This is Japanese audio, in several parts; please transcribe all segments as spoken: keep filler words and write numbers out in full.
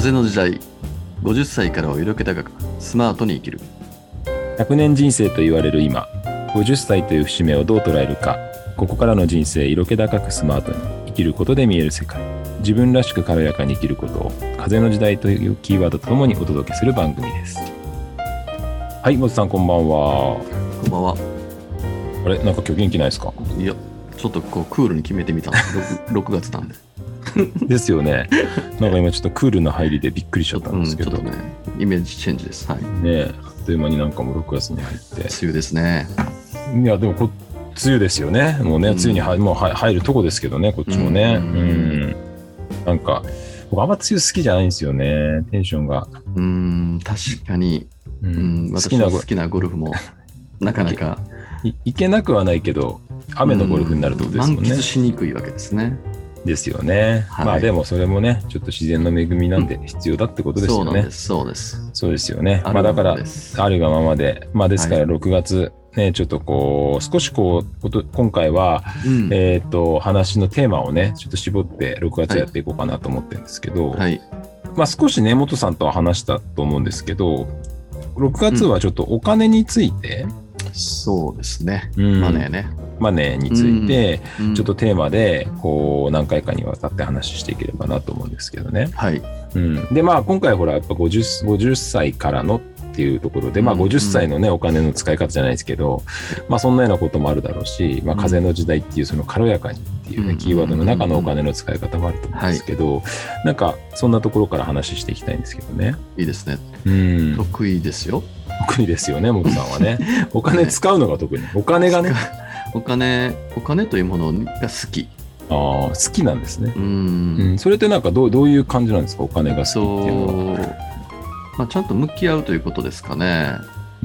風の時代、ごじゅっさいからを色気高くスマートに生きる。 ひゃくねん人生と言われる今、ごじゅっさいという節目をどう捉えるか。ここからの人生、色気高くスマートに生きることで見える世界。自分らしく軽やかに生きることを風の時代というキーワードとともにお届けする番組です。はい、もつさんこんばんは。 こんばんは。 あれ、なんか今日元気ないですか？ いや、ちょっとこうクールに決めてみたんです。ろくがつなんで。 ですよね。なんか今ちょっとクールな入りでびっくりしちゃったんですけど、 うん、ちょっとね、イメージチェンジです。はい。 ね、あっという間になんかもうろくがつに入って。 梅雨ですね。 いや、でもこ梅雨ですよね。もうね、梅雨には、うん、もう入るとこですけどね、こっちもね。うん。うん、なんか、僕あんま梅雨好きじゃないんですよね、テンションが。 うーん、確かに。うん、うん、私の好きなゴルフもなかなかい, いけなくはないけど、雨のゴルフになるってことですもんね。 満喫しにくいわけですね。 ですよね。はい、まあでもそれもね、ちょっと自然の恵みなんで必要だってことですよね。そうなんです、 そうです。 そうですよね。まあだから、あるがままで、まあですからろくがつ、ね、はい、ちょっとこう、少しこう、今回は、うん、えっと、話のテーマをね、ちょっと絞ってろくがつやっていこうかなと思ってるんですけど、はい、まあ少しね、元さんとは話したと思うんですけど、ろくがつはちょっとお金について、うん、 そうですね、うん、マネーね。 マネーについて、ちょっとテーマで、こう、何回かにわたって話していければなと思うんですけどね。 はい。 うん。で、まあ、今回ほら、やっぱごじゅう、ごじゅっさいからのっていうところで、まあ、ごじゅっさいのね、お金の使い方じゃないですけど、まあ、そんなようなこともあるだろうし、まあ、風の時代っていう、その軽やかにっていうね、キーワードの中のお金の使い方もあると思うんですけど、なんか、そんなところから話していきたいんですけどね。 いいですね。 うん。 得意ですよ。 得意ですよね、モクさんはね。お金使うのが得意。お金がね。 お金、お金というものが好き。 ああ、好きなんですね。 うん、 うん。それってなんかどう、どういう感じなんですか、お金が好きっていうのは。 まあ、ちゃんと向き合うということですかね。 うん。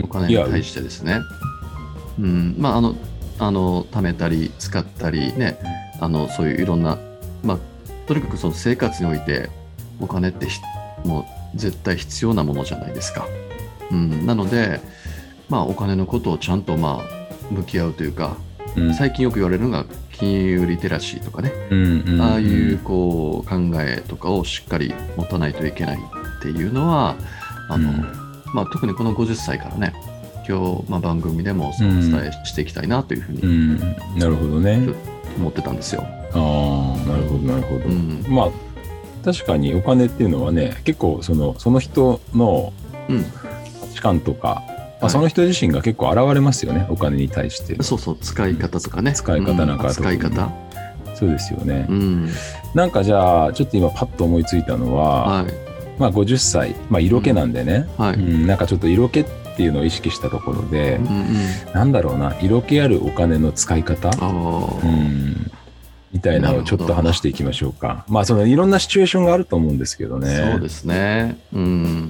お金に対してですね。うん。まあ、あの、あの、貯めたり、使ったりね、あの、そういういろんな、まあ、とにかくその生活において、お金ってもう絶対必要なものじゃないですか。うん。なので、まあ、お金のことをちゃんと、まあ、向き合うというか、うん、最近よく言われるのが金融リテラシーとかね、うんうんうん、ああいうこう考えとかをしっかり持たないといけないっていうのはあの、うんまあ、特にこのごじゅっさいからね今日、まあ、番組でもそのお伝えしていきたいなというふうに、うん、 なるほどね思ってたんですよ。 ああ、なるほどなるほど、うん、まあ確かにお金っていうのはね結構その、その人の価値観とか、うんまあ、その人自身が結構現れますよね、お金に対して。 そうそう、使い方とかね。 使い方なんか、うん、 使い方。 そうですよね。 うん、 なんかじゃあ、ちょっと今パッと思いついたのは、はい、まあごじゅっさい、まあ色気なんでね、うんはいうん、なんかちょっと色気っていうのを意識したところで、うんうん、なんだろうな、色気あるお金の使い方、うんみたいなのをちょっと話していきましょうか。まあそのいろんなシチュエーションがあると思うんですけどね。 そうですね。うん、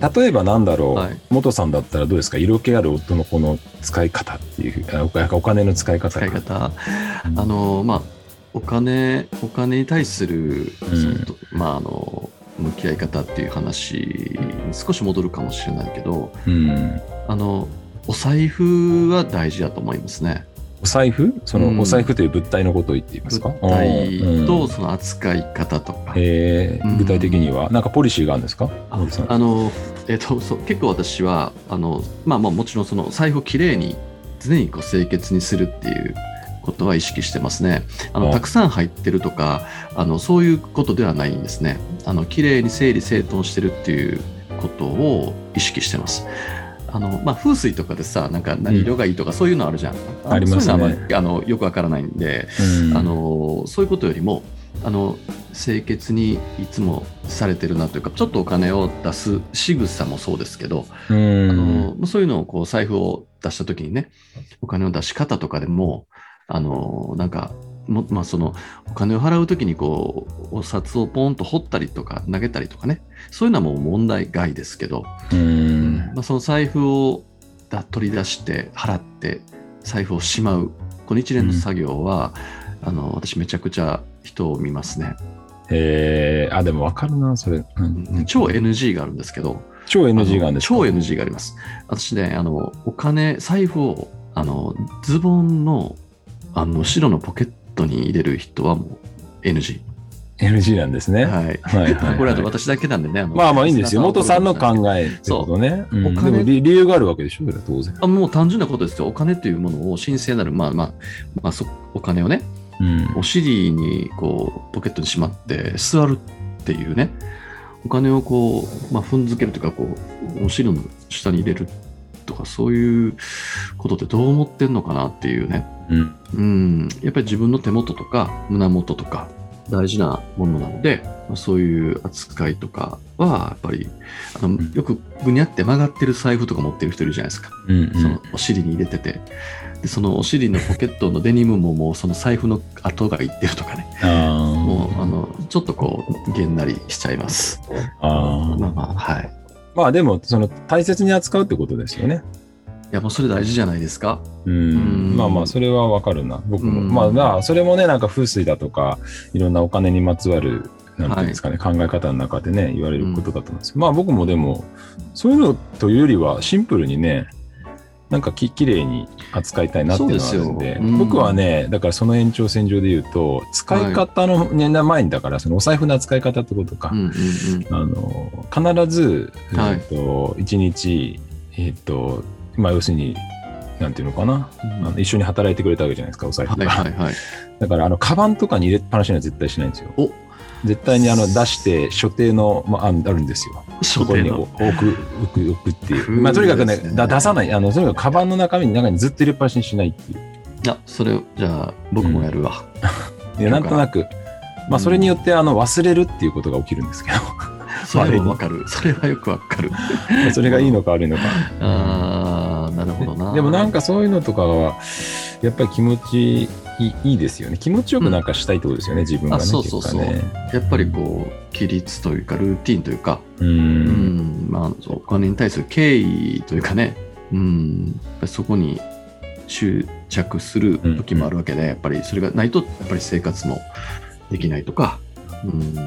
例えばなんだろう、はい、元さんだったらどうですか、色気ある夫のこの使い方っていうお金の使い方。 使い方。うん、あのまあお金お金に対する、うん、まああの向き合い方っていう話に少し戻るかもしれないけど、うん、あのお財布は大事だと思いますね。 お財布そのお財布という物体のことを言っていますか、うん、 物体とその扱い方とか、 えー、具体的には何かポリシーがあるんですか？ ああの、えー、とそう結構私はあの、まあ、まあもちろんその財布をきれいに常にこう清潔にするっていうことは意識してますね。あのたくさん入ってるとかあのそういうことではないんですね。あのきれいに整理整頓してるっていうことを意識してます。あのまあ、風水とかでさなんか何色がいいとかそういうのあるじゃん、うん、ありますね。そういうのはあんまりあのよくわからないんで、うん、あのそういうことよりもあの清潔にいつもされてるなというかちょっとお金を出す仕草もそうですけど、うん、あのそういうのをこう財布を出した時にねお金の出し方とかでもあのなんかもまあ、そのお金を払うときにこうお札をポンと掘ったりとか投げたりとかねそういうのはもう問題外ですけど、うんまあ、その財布をだ取り出して払って財布をしまうこの一連の作業は、うん、あの私めちゃくちゃ人を見ますね。 へえ、あでも分かるなそれ、 うん、超 エヌジー があるんですけど超 エヌジー があるんですか？ 超 エヌジー があります。私ねあのお金財布をあのズボンのあの後ろのポケットに入れる人はもう エヌジー。 エヌジー なんですね。 はい。 はいはいはい、 これは私だけなんでね。あのまあまあいいんですよ。元さんの考えってことね。うん、 お金でも理由があるわけでしょ、それは当然。 あもう単純なことですよ。お金というものを神聖なる、まあまあ、まあ、そお金をね、 うん、 お尻にこうポケットにしまって座るっていうね、お金をこう、まあ、踏んづけるというかこう、お尻の下に入れるとか、そういうことってどう思ってんのかなっていうね。 うん、 うん、やっぱり自分の手元とか胸元とか大事なものなので、そういう扱いとかはやっぱりあの、うん、よくぐにゃって曲がってる財布とか持ってる人いるじゃないですか、 うんうん、 そのお尻に入れてて、でそのお尻のポケットのデニムももうその財布の跡がいってるとかね、 あもうあのちょっとこうげんなりしちゃいます。 あまあまあはい。 まあでもその大切に扱うってことですよね。 いやもうそれ大事じゃないですか。 うん、まあまあそれはわかるな、僕も。まあまあそれもね、なんか風水だとかいろんなお金にまつわるなんていうんですかね、はい、考え方の中でね言われることだと思うんですけど、うん、まあ僕もでもそういうのというよりはシンプルにね、なんかききれいに扱いたいなっていうのがあるんで、うん、僕はねだからその延長線上で言うと使い方の年代前にだからそのお財布の扱い方ってことか、うんうんうん、あの必ず、はい、えっといちにちえっとまあ要するになんていうのかな、うん、あの一緒に働いてくれたわけじゃないですか、お財布が、はいはいはい、だからあのカバンとかに入れっぱなしには絶対しないんですよ。お絶対にあの出して所定の、まあ、あるんですよ。そこに置く置く置くっていう。まあとにかくねだ出さないあのとにかくカバンの中身に中にずっと入れっぱなしにしないっていう。 いやそれじゃあ僕もやるわ。 うん、いやなんとなくまあそれによってあの忘れるっていうことが起きるんですけど。 それもわかる。それはよくわかる。 それがいいのか悪いのか。 ああなるほどな。 でもなんかそういうのとかはやっぱり気持ちいい、いいですよね。気持ちよくなんかしたいってことですよね、うん、自分がね。 そうそうそう。ね、やっぱりこう規律というかルーティンというか、 うん、 うんまあお金に対する敬意というかね、うん、やっぱりそこに執着する時もあるわけで、うん、やっぱりそれがないとやっぱり生活もできないとか。うん、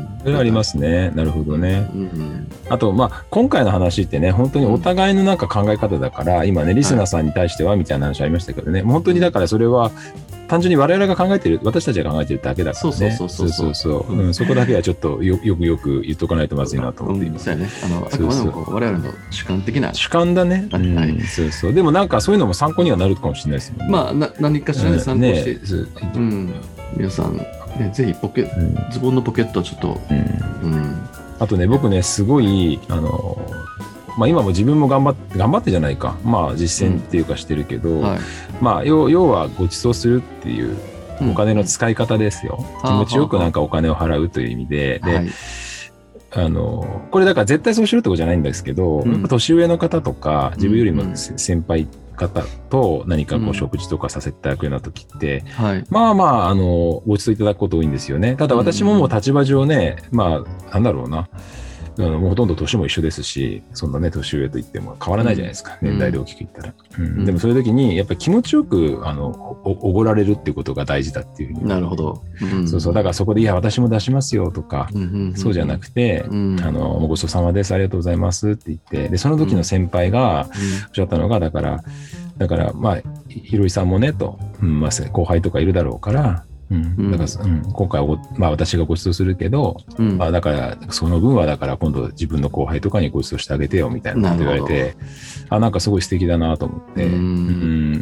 それはありますね。なるほどね。うんうん、あと、まあ、今回の話ってね、本当にお互いのなんか考え方だから、うん、今ね、リスナーさんに対してはみたいな話ありましたけどね、はい、本当にだからそれは、単純に我々が考えてる、私たちが考えてるだけだからね。 そうそうそうそう。 そうそうそう、うん、そこだけはちょっとよよくよく言っとかないとまずいなと思っています。 うん、そうやね。あの、あくまでもこう我々の主観的な。 主観だね。はい、うん。そうそう。でもなんかそういうのも参考にはなるかもしれないですよね。 まあ、な何かしらで参考して、ね、うん、皆さん、ね、ぜひポケ、うん、ズボンのポケットはちょっと、うんうん、あとね僕ねすごいあの、まあ、今も自分も頑張って頑張ってじゃないか、まあ、実践っていうかしてるけど、うんはいまあ、要, 要はご馳走するっていうお金の使い方ですよ、うん、気持ちよくなんかお金を払うという意味で、で、はい、あのこれだから絶対そうしろってことじゃないんですけど、うん、年上の方とか自分よりも先輩方と何かこう食事とかさせていただくような時って、うんはい、まあまああのご馳走いただくこと多いんですよね。ただ私ももう立場上ね、うん、まあなんだろうなあのもうほとんど年も一緒ですし、そんなね年上と言っても変わらないじゃないですか、うん、年代で大きく言ったら、うんうん、でもそういう時にやっぱり気持ちよくあのおごられるっていうことが大事だっていうふうに。 なるほど、 うん、そうそうだからそこでいや私も出しますよとか、うんうんうん、そうじゃなくて、うん、あのごちそうさまですありがとうございますって言ってでその時の先輩がおっしゃったのがだからだからまあひろいさんもねと、うんまあ、後輩とかいるだろうからうん、だから、うん、今回は、まあ、私がご馳走するけど、うんまあ、だからその分はだから今度自分の後輩とかにご馳走してあげてよみたいなこと言われてあなんかすごい素敵だなと思って、うん、うん、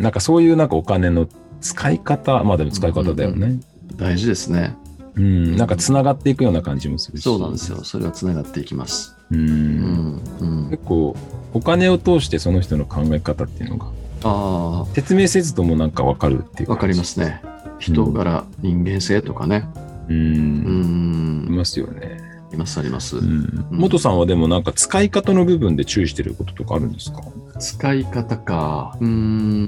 なんかそういうなんかお金の使い方まあでも使い方だよね、うんうん、大事ですね、 うん、なんかつながっていくような感じもするし。 そうなんですよそれはつながっていきます、 うんうんうん、結構お金を通してその人の考え方っていうのがあ説明せずともなんか分かるっていうか分かりますね人柄、うん、人間性とかね。 うん。うんいますよね。 いますあります。 うん。元さんはでもなんか使い方の部分で注意してることとかあるんですか？ 使い方か。うん。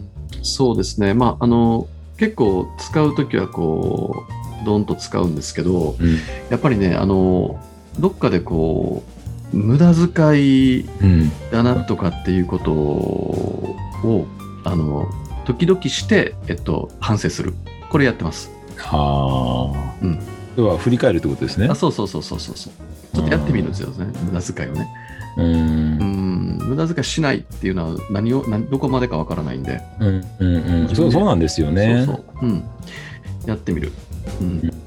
そうですね。まああの結構使うときはこうドンと使うんですけど、うん、やっぱりねあのどっかでこう無駄遣いだなとかっていうことを、うん、あの時々してえっと反省する。これやってます。 はあ。うん。では振り返るってことですね。 あ、そうそうそうそうそう。ちょっとやってみるんですよね。無駄遣いをね。 うん。 うん無駄遣いしないっていうのは何を何どこまでかわからないんで。 うんうんうん。そうそうなんですよね。 そうそう。うん。やってみる。うん。って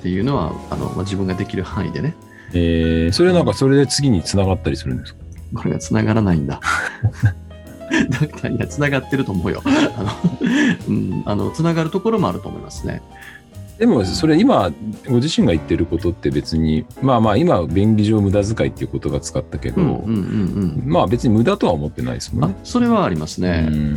っていうのはあの、まあ、自分ができる範囲でね。 えー、それはなんかそれで次に繋がったりするんですか？ これが繋がらないんだ。だからいや繋がってると思うよ。あの、うん、あの繋がるところもあると思いますね。 でもそれ今ご自身が言ってることって別にまあまあ今便宜上無駄遣いっていう言葉使ったけど、うんうんうんうん、まあ別に無駄とは思ってないですもんね。 あ、それはありますね。うん、うん、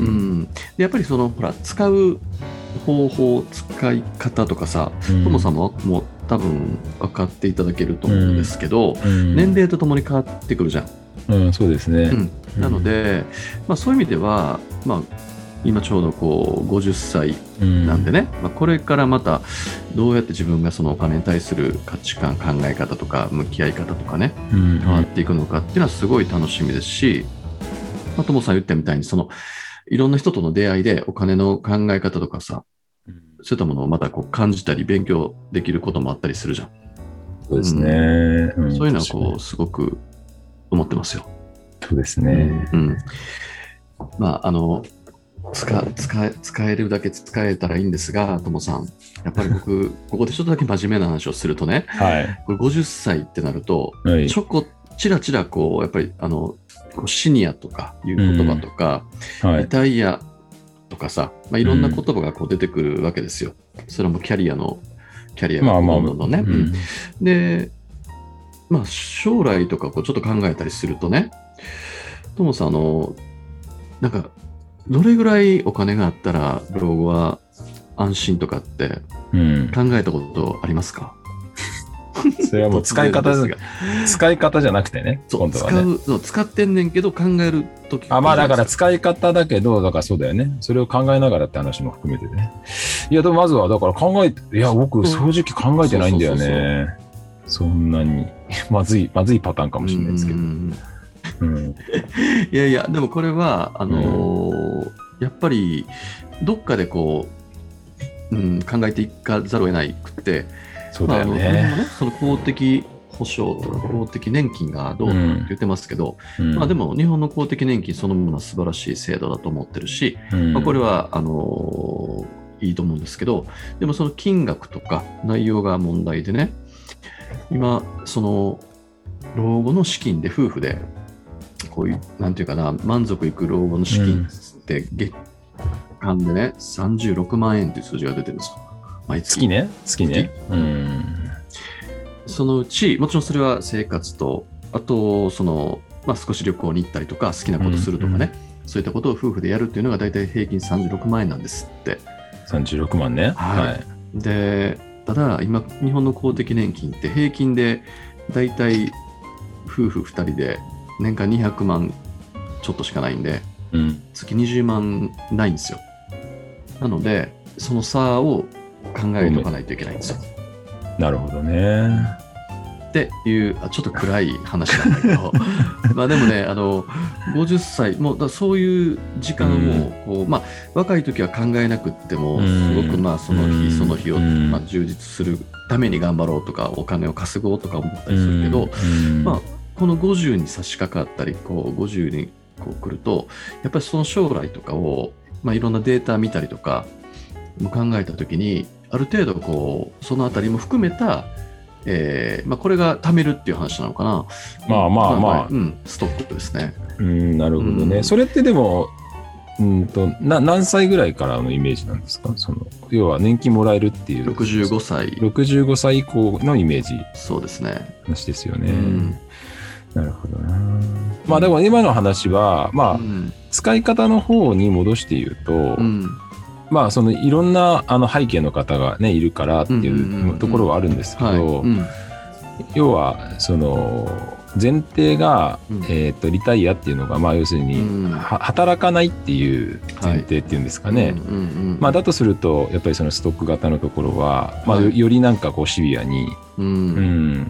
でやっぱりそのほら使う方法使い方とかさ、トモさんももう多分分かっていただけると思うんですけど、うんうん、年齢とともに変わってくるじゃん。 うん、そうですね。 うん、なので、まあ、そういう意味では、まあ今ちょうどこうごじゅっさいなんでね、うんまあ、これからまたどうやって自分がそのお金に対する価値観、考え方とか向き合い方とかね、うんうん、変わっていくのかっていうのはすごい楽しみですし、まあ、トモさん言ったみたいにそのいろんな人との出会いでお金の考え方とかさ、うん、そういったものをまたこう感じたり勉強できることもあったりするじゃん。 そうですね。 うん、そういうのはこうすごく思ってますよ。 そうですね。 うんうん、まああの使, 使, え使えるだけ使えたらいいんですが、トモさん、やっぱり僕、ここでちょっとだけ真面目な話をするとね、はい、これごじゅっさいってなると、はい、ちょこちらちらこう、やっぱりあのこうシニアとかいう言葉とか、うんはい、リタイアとかさ、まあ、いろんな言葉がこう出てくるわけですよ。それもキャリアの、キャリアがどんどんどんね。まあまあうん、で、まあ、将来とかこうちょっと考えたりするとね、トモさん、あの、なんか、どれぐらいお金があったら老後は安心とかって考えたことありますか？ うん、それはもう使い方使い方じゃなくてね。 そう今度はね使うそう使ってんねんけど考えるときあまあだから使い方だけどだからそうだよね。それを考えながらって話も含めてね。いやでもまずはだから考えいや僕正直考えてないんだよね。そうそうそうそうそんなにまずいまずいパターンかもしれないですけど。うんうん、いやいやでもこれはあのーうん、やっぱりどっかでこう、うん、考えていかざるを得ないくってそうだよね。 まあ、あのねその公的保障とか公的年金がどうとかって言ってますけど、うんまあ、でも日本の公的年金そのものは素晴らしい制度だと思ってるし、うんまあ、これはあのー、いいと思うんですけどでもその金額とか内容が問題でね今その老後の資金で夫婦でこういうなんていうかな満足いく老後の資金って月間でね、うん、さんじゅうろくまんえんという数字が出てるんですよ毎月。 月ね月ねうんそのうちもちろんそれは生活とあとその、まあ、少し旅行に行ったりとか好きなことするとかね、うんうん、そういったことを夫婦でやるっていうのが大体平均さんじゅうろくまんえんなんですって。 さんじゅうろくまんね、 はいはい、でただ今日本の公的年金って平均で大体夫婦ふたりで年間にひゃくまんちょっとしかないんで、うん、月にじゅうまんないんですよ。なのでその差を考えておかないといけないんですよ。 なるほどねっていうちょっと暗い話なんだけどまあでもねあのごじゅっさいもうだそういう時間をこう、うんまあ、若い時は考えなくってもすごくまあその日その日を、まあ、充実するために頑張ろうとかお金を稼ごうとか思ったりするけど、まあこのごじゅうに差し掛かったりこうごじゅうにこう来るとやっぱりその将来とかを、まあ、いろんなデータ見たりとかも考えたときにある程度こうそのあたりも含めた、えーまあ、これが貯めるっていう話なのかな。 まあまあまあ、まあうん、ストックですね。 うんなるほどね、うん、それってでもうんとな何歳ぐらいからのイメージなんですか？その要は年金もらえるっていうろくじゅうごさいろくじゅうごさい以降のイメージそうですね話ですよね、うんなるほどな。まあでも今の話はまあ、うん、使い方の方に戻して言うと、うん、まあそのいろんなあの背景の方がねいるからっていうところはあるんですけど、要はその前提が、うんえー、とリタイアっていうのがまあ要するに、うん、働かないっていう前提っていうんですかね。まあだとするとやっぱりそのストック型のところは、まあ、よりなんかこうシビアに、うんうん、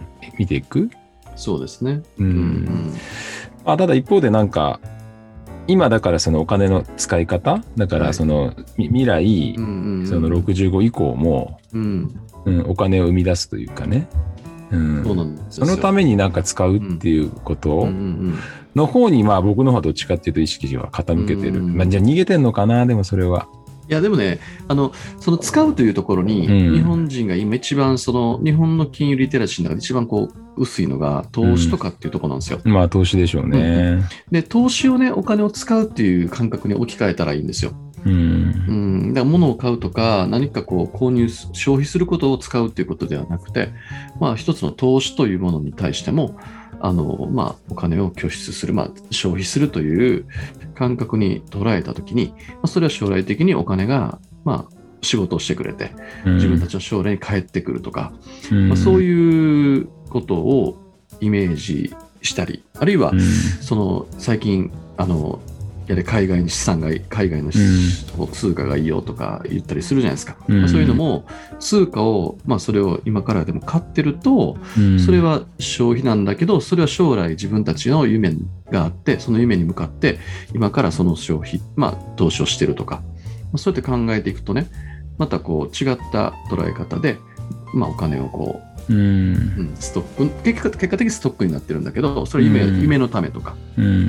見ていく。 そうですね、 うんうんまあ、ただ一方でなんか今だからそのお金の使い方だからその、はい、未来、うんうんうん、そのろくじゅうご以降も、うんうん、お金を生み出すというかね、うん、そうなんですよ。そのためになんか使うっていうことの方にまあ僕の方はどっちかっていうと意識は傾けてる、うんうんうんまあ、じゃあ逃げてんのかなでもそれは。 いやでもね、あのその使うというところに、 うん、 日本人が今一番その日本の金融リテラシーの中で一番こう薄いのが投資とかっていうところなんですよ。 うん、まあ投資でしょうね。うん、 で投資をね、お金を使うっていう感覚に置き換えたらいいんですよ。 うん、うんうん、だから物を買うとか何かこう購入消費することを使うっていうことではなくて、まあ一つの投資というものに対してもあの、まあ、お金を拠出する、まあ、消費するという感覚に捉えたときに、まあ、それは将来的にお金が、まあ、仕事をしてくれて、自分たちの将来に返ってくるとか、うん、まあ、そういうことをイメージしたり、あるいは、うん、その最近あのやれ海外に資産が海外の通貨がいいよとか言ったりするじゃないですか、うん、まあ、そういうのも通貨を、まあ、それを今からでも買ってると、うん、それは消費なんだけど、それは将来自分たちの夢があって、その夢に向かって今からその消費、まあ、投資をしてるとか、まあ、そうやって考えていくとね、またこう違った捉え方で、まあ、お金をこう、うんうん、ストック結果、結果的にストックになってるんだけど、それ夢、うん、夢のためとか、うんうんうん、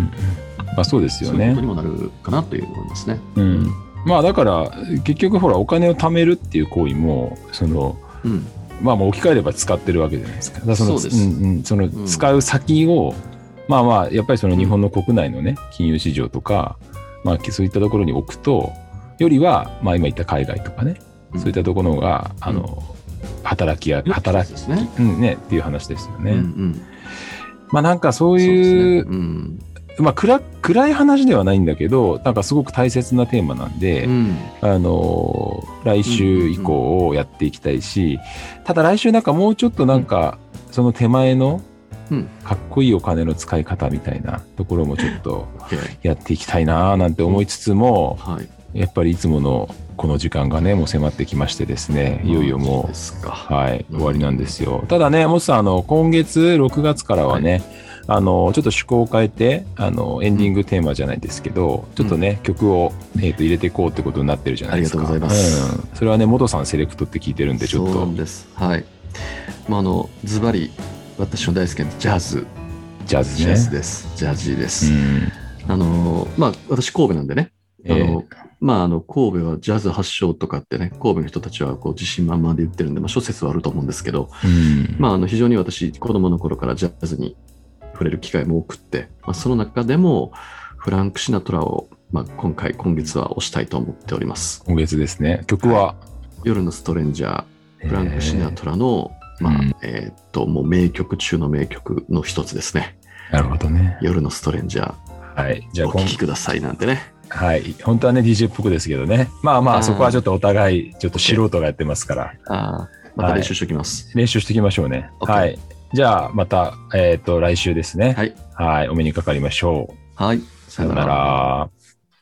まあ、そうですよね。 そういうことにもなるかなという思いますね。 うん、まあだから結局ほらお金を貯めるっていう行為もその、うん、まあもう置き換えれば使ってるわけじゃないですか。だからその、そうです。うんうん、その使う先を、うん、まあまあやっぱりその日本の国内のね金融市場とか、まあそういったところに置くとよりはまあ今言った海外とかね、うん、そういったところがあの、うん、働きや働き、ねうんね、っていう話ですよね。うんうん、まあなんかそういう。まあ、暗, 暗い話ではないんだけど、なんかすごく大切なテーマなんで、うん、あの来週以降をやっていきたいし、うんうんうん、ただ来週なんかもうちょっとなんか、うん、その手前のかっこいいお金の使い方みたいなところもちょっとやっていきたいななんて思いつつも、うんはい、やっぱりいつものこの時間がねもう迫ってきましてですね、いよいよもう、はい、終わりなんですよ。うん、ただね、もつさん、あの今月ろくがつからはね、はいあのちょっと趣向を変えてあのエンディングテーマじゃないですけど、うん、ちょっとね曲を、えー、と入れていこうってことになってるじゃないですか。 ありがとうございます、 うん、それはね元さんセレクトって聞いてるんでちょっとそうなんです。はい、まあ、あのズバリ私の大好きなジャズジャズねジャズですジャジーです、うん、あのまあ私神戸なんでね、あの、えーまあ、あの神戸はジャズ発祥とかってね、神戸の人たちはこう自信満々で言ってるんで、まあ、諸説はあると思うんですけど、うんまあ、あの非常に私子供の頃からジャズに触れる機会も多くって、まあ、その中でもフランク・シナトラを、まあ、今回今月は推したいと思っております。 今月ですね。曲は、はい、 夜のストレンジャー、フランク・シナトラの、まあうんえー、っともう名曲中の名曲の一つですね。 なるほどね。 夜のストレンジャー、はい、じゃあお聴きくださいなんてね。 はい、本当はね ディージェー っぽくですけどね、まあまあそこはちょっとお互いちょっと素人がやってますから、 あまた練習しておきます、 はい、練習しておきましょうね。はい、じゃあまた、えー、と来週ですね。はい、はい、お目にかかりましょう。 はい、 さよなら。